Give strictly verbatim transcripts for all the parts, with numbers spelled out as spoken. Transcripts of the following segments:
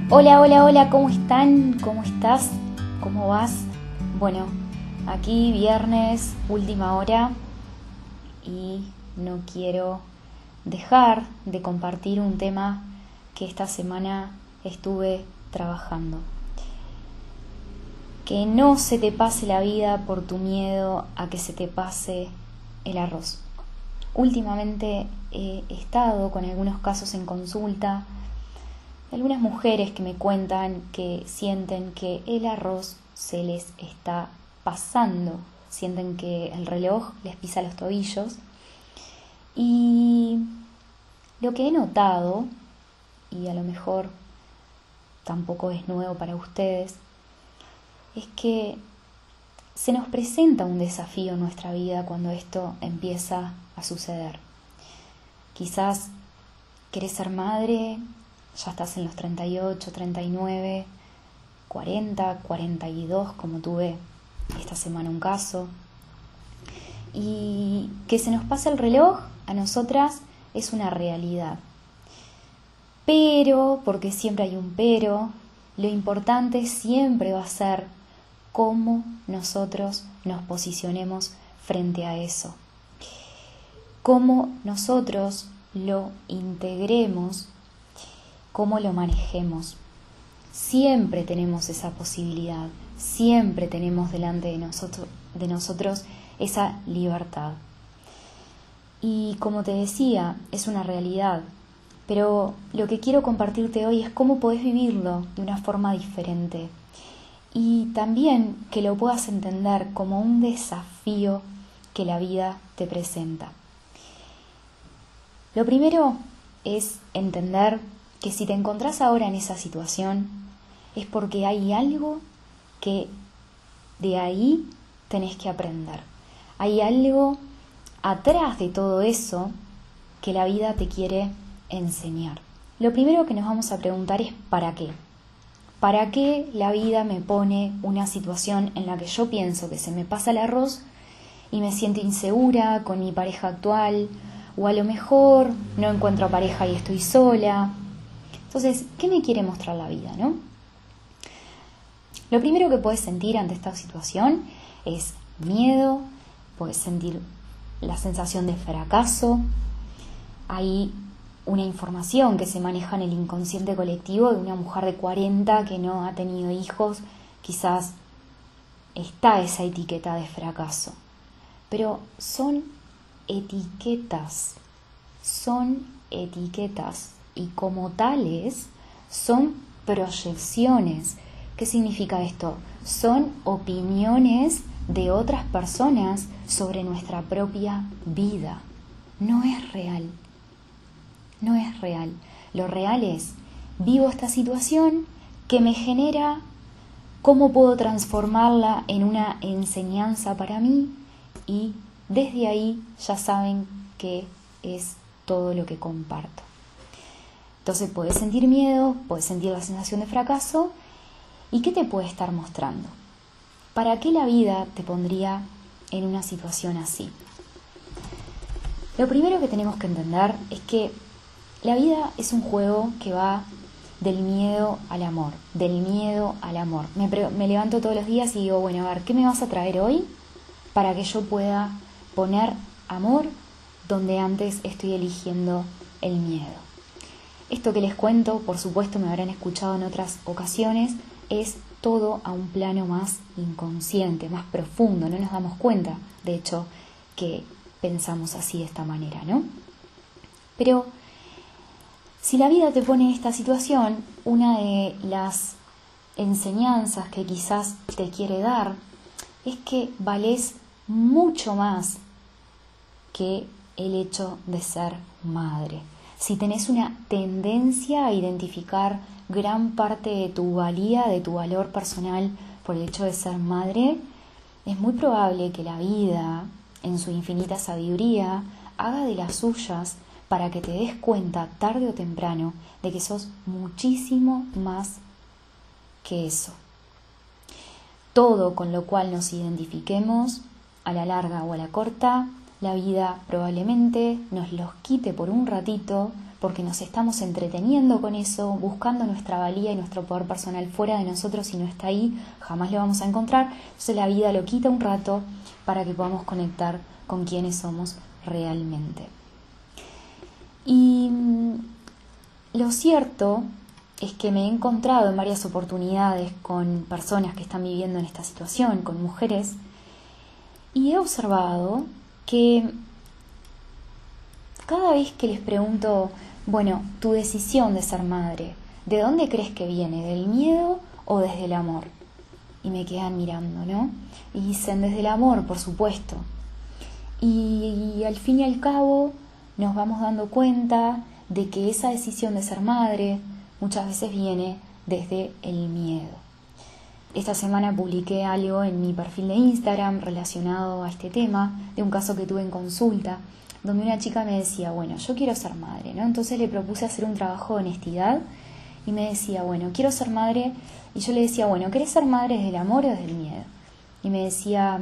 Hola, hola, hola, ¿cómo están? ¿Cómo estás? ¿Cómo vas? Bueno, aquí viernes, última hora, y no quiero dejar de compartir un tema que esta semana estuve trabajando. Que no se te pase la vida por tu miedo a que se te pase el arroz. Últimamente he estado con algunos casos en consulta, algunas mujeres que me cuentan que sienten que el arroz se les está pasando, sienten que el reloj les pisa los tobillos. Y lo que he notado, y a lo mejor tampoco es nuevo para ustedes, es que se nos presenta un desafío en nuestra vida cuando esto empieza a suceder. Quizás querés ser madre, ya estás en los treinta y ocho, treinta y nueve, cuarenta, cuarenta y dos, como tuve esta semana un caso. Y que se nos pase el reloj a nosotras es una realidad. Pero, porque siempre hay un pero, lo importante siempre va a ser cómo nosotros nos posicionemos frente a eso. Cómo nosotros lo integremos, cómo lo manejemos. Siempre tenemos esa posibilidad, siempre tenemos delante de nosotros, de nosotros esa libertad. Y como te decía, es una realidad, pero lo que quiero compartirte hoy es cómo podés vivirlo de una forma diferente. Y también que lo puedas entender como un desafío que la vida te presenta. Lo primero es entender que si te encontrás ahora en esa situación es porque hay algo que de ahí tenés que aprender. Hay algo atrás de todo eso que la vida te quiere enseñar. Lo primero que nos vamos a preguntar es ¿para qué? ¿Para qué la vida me pone una situación en la que yo pienso que se me pasa el arroz y me siento insegura con mi pareja actual? O a lo mejor no encuentro pareja y estoy sola. Entonces, ¿qué me quiere mostrar la vida, no? Lo primero que puedes sentir ante esta situación es miedo, puedes sentir la sensación de fracaso. Hay una información que se maneja en el inconsciente colectivo de una mujer de cuarenta que no ha tenido hijos, quizás está esa etiqueta de fracaso. Pero son etiquetas, son etiquetas y como tales son proyecciones. ¿Qué significa esto? Son opiniones de otras personas sobre nuestra propia vida. No es real. No es real. Lo real es, vivo esta situación que me genera, cómo puedo transformarla en una enseñanza para mí, y desde ahí ya saben qué es todo lo que comparto. Entonces puedes sentir miedo, puedes sentir la sensación de fracaso. ¿Y qué te puede estar mostrando? ¿Para qué la vida te pondría en una situación así? Lo primero que tenemos que entender es que la vida es un juego que va del miedo al amor, del miedo al amor. Me, pre- me levanto todos los días y digo, bueno, a ver, ¿qué me vas a traer hoy para que yo pueda poner amor donde antes estoy eligiendo el miedo? Esto que les cuento, por supuesto me habrán escuchado en otras ocasiones, es todo a un plano más inconsciente, más profundo. No nos damos cuenta, de hecho, que pensamos así de esta manera, ¿no? Pero si la vida te pone en esta situación, una de las enseñanzas que quizás te quiere dar es que valés mucho más que el hecho de ser madre. Si tenés una tendencia a identificar gran parte de tu valía, de tu valor personal por el hecho de ser madre, es muy probable que la vida, en su infinita sabiduría, haga de las suyas para que te des cuenta tarde o temprano de que sos muchísimo más que eso. Todo con lo cual nos identifiquemos, a la larga o a la corta, la vida probablemente nos los quite por un ratito porque nos estamos entreteniendo con eso, buscando nuestra valía y nuestro poder personal fuera de nosotros y no está ahí, jamás lo vamos a encontrar. Entonces la vida lo quita un rato para que podamos conectar con quienes somos realmente. Y lo cierto es que me he encontrado en varias oportunidades con personas que están viviendo en esta situación, con mujeres, y he observado que cada vez que les pregunto, bueno, tu decisión de ser madre, ¿de dónde crees que viene? ¿Del miedo o desde el amor? Y me quedan mirando, ¿no? Y dicen, desde el amor, por supuesto. Y, y al fin y al cabo nos vamos dando cuenta de que esa decisión de ser madre muchas veces viene desde el miedo. Esta semana publiqué algo en mi perfil de Instagram relacionado a este tema, de un caso que tuve en consulta, donde una chica me decía, bueno, yo quiero ser madre, ¿no? Entonces le propuse hacer un trabajo de honestidad y me decía, bueno, quiero ser madre, y yo le decía, bueno, ¿querés ser madre desde el amor o desde el miedo? Y me decía,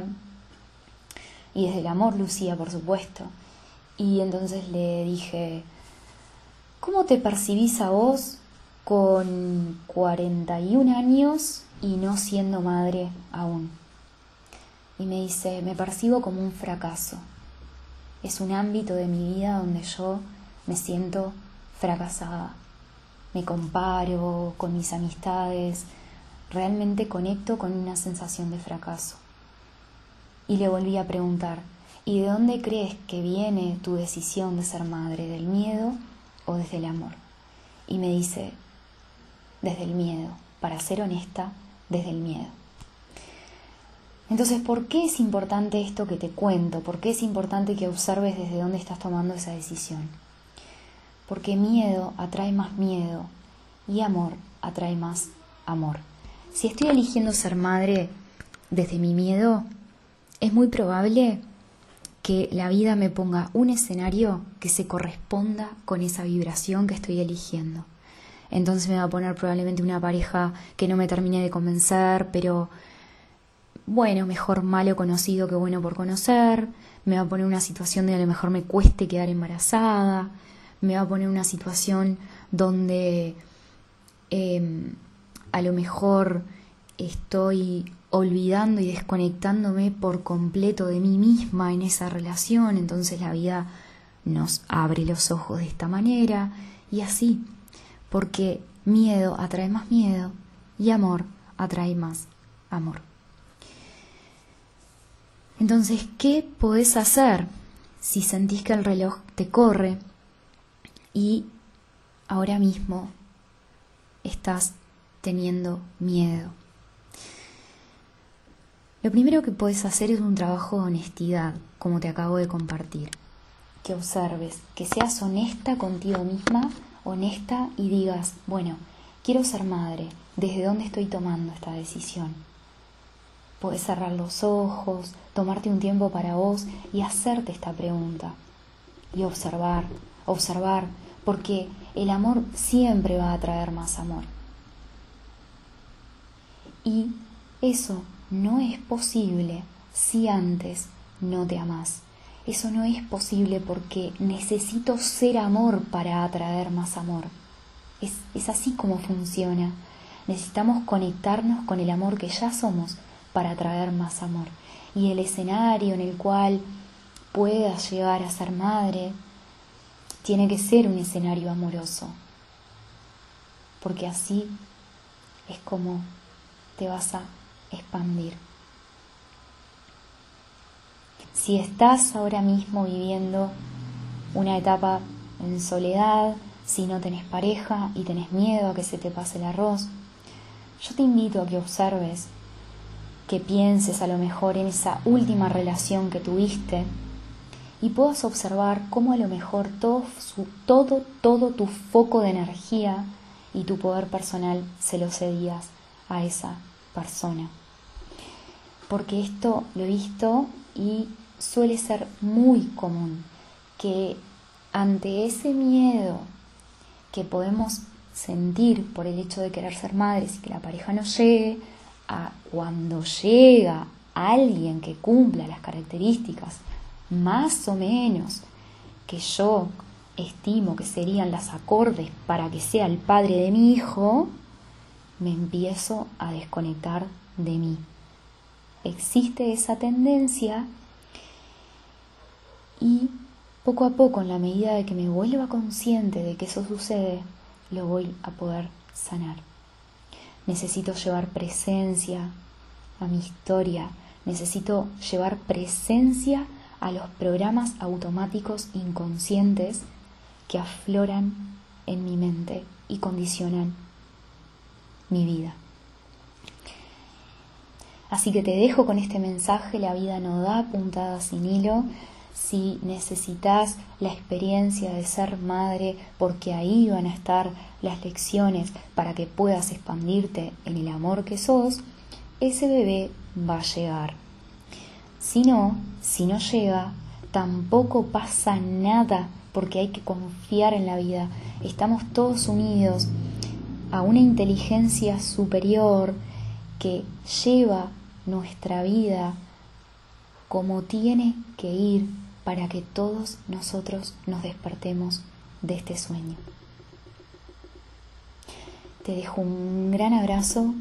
y desde el amor, Lucía, por supuesto. Y entonces le dije, ¿cómo te percibís a vos con cuarenta y un años y no siendo madre aún? Y me dice, me percibo como un fracaso. Es un ámbito de mi vida donde yo me siento fracasada. Me comparo con mis amistades, realmente conecto con una sensación de fracaso. Y le volví a preguntar, ¿y de dónde crees que viene tu decisión de ser madre? ¿Del miedo o desde el amor? Y me dice, desde el miedo, para ser honesta, desde el miedo. Entonces, ¿por qué es importante esto que te cuento? ¿Por qué es importante que observes desde dónde estás tomando esa decisión? Porque miedo atrae más miedo y amor atrae más amor. Si estoy eligiendo ser madre desde mi miedo, es muy probable que la vida me ponga un escenario que se corresponda con esa vibración que estoy eligiendo. Entonces me va a poner probablemente una pareja que no me termine de convencer, pero bueno, mejor malo conocido que bueno por conocer. Me va a poner una situación donde a lo mejor me cueste quedar embarazada. Me va a poner una situación donde eh, a lo mejor estoy olvidando y desconectándome por completo de mí misma en esa relación. Entonces la vida nos abre los ojos de esta manera y así, porque miedo atrae más miedo y amor atrae más amor. Entonces, ¿qué podés hacer si sentís que el reloj te corre y ahora mismo estás teniendo miedo? Lo primero que podés hacer es un trabajo de honestidad, como te acabo de compartir. Que observes, que seas honesta contigo misma, honesta y digas, bueno, quiero ser madre, ¿desde dónde estoy tomando esta decisión? Podés cerrar los ojos, tomarte un tiempo para vos y hacerte esta pregunta. Y observar, observar, porque el amor siempre va a traer más amor. Y eso no es posible si antes no te amás. Eso no es posible porque necesito ser amor para atraer más amor. Es, es así como funciona. Necesitamos conectarnos con el amor que ya somos para atraer más amor. Y el escenario en el cual puedas llegar a ser madre tiene que ser un escenario amoroso, porque así es como te vas a expandir. Si estás ahora mismo viviendo una etapa en soledad, si no tenés pareja y tenés miedo a que se te pase el arroz, yo te invito a que observes, que pienses a lo mejor en esa última relación que tuviste y puedas observar cómo a lo mejor todo, su, todo, todo tu foco de energía y tu poder personal se lo cedías a esa persona. Porque esto lo he visto y suele ser muy común, que ante ese miedo que podemos sentir por el hecho de querer ser madres y que la pareja no llegue, a cuando llega alguien que cumpla las características más o menos que yo estimo que serían las acordes para que sea el padre de mi hijo, me empiezo a desconectar de mí. Existe esa tendencia y poco a poco, en la medida de que me vuelva consciente de que eso sucede, lo voy a poder sanar. Necesito llevar presencia a mi historia, necesito llevar presencia a los programas automáticos inconscientes que afloran en mi mente y condicionan mi vida. Así que te dejo con este mensaje: la vida no da puntada sin hilo. Si necesitas la experiencia de ser madre, porque ahí van a estar las lecciones para que puedas expandirte en el amor que sos, ese bebé va a llegar. Si no, si no llega, tampoco pasa nada, porque hay que confiar en la vida. Estamos todos unidos a una inteligencia superior que lleva nuestra vida como tiene que ir para que todos nosotros nos despertemos de este sueño. Te dejo un gran abrazo.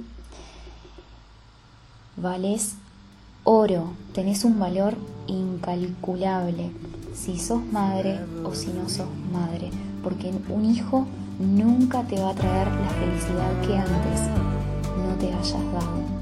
Vales oro, tenés un valor incalculable, si sos madre o si no sos madre, porque un hijo nunca te va a traer la felicidad que antes no te hayas dado.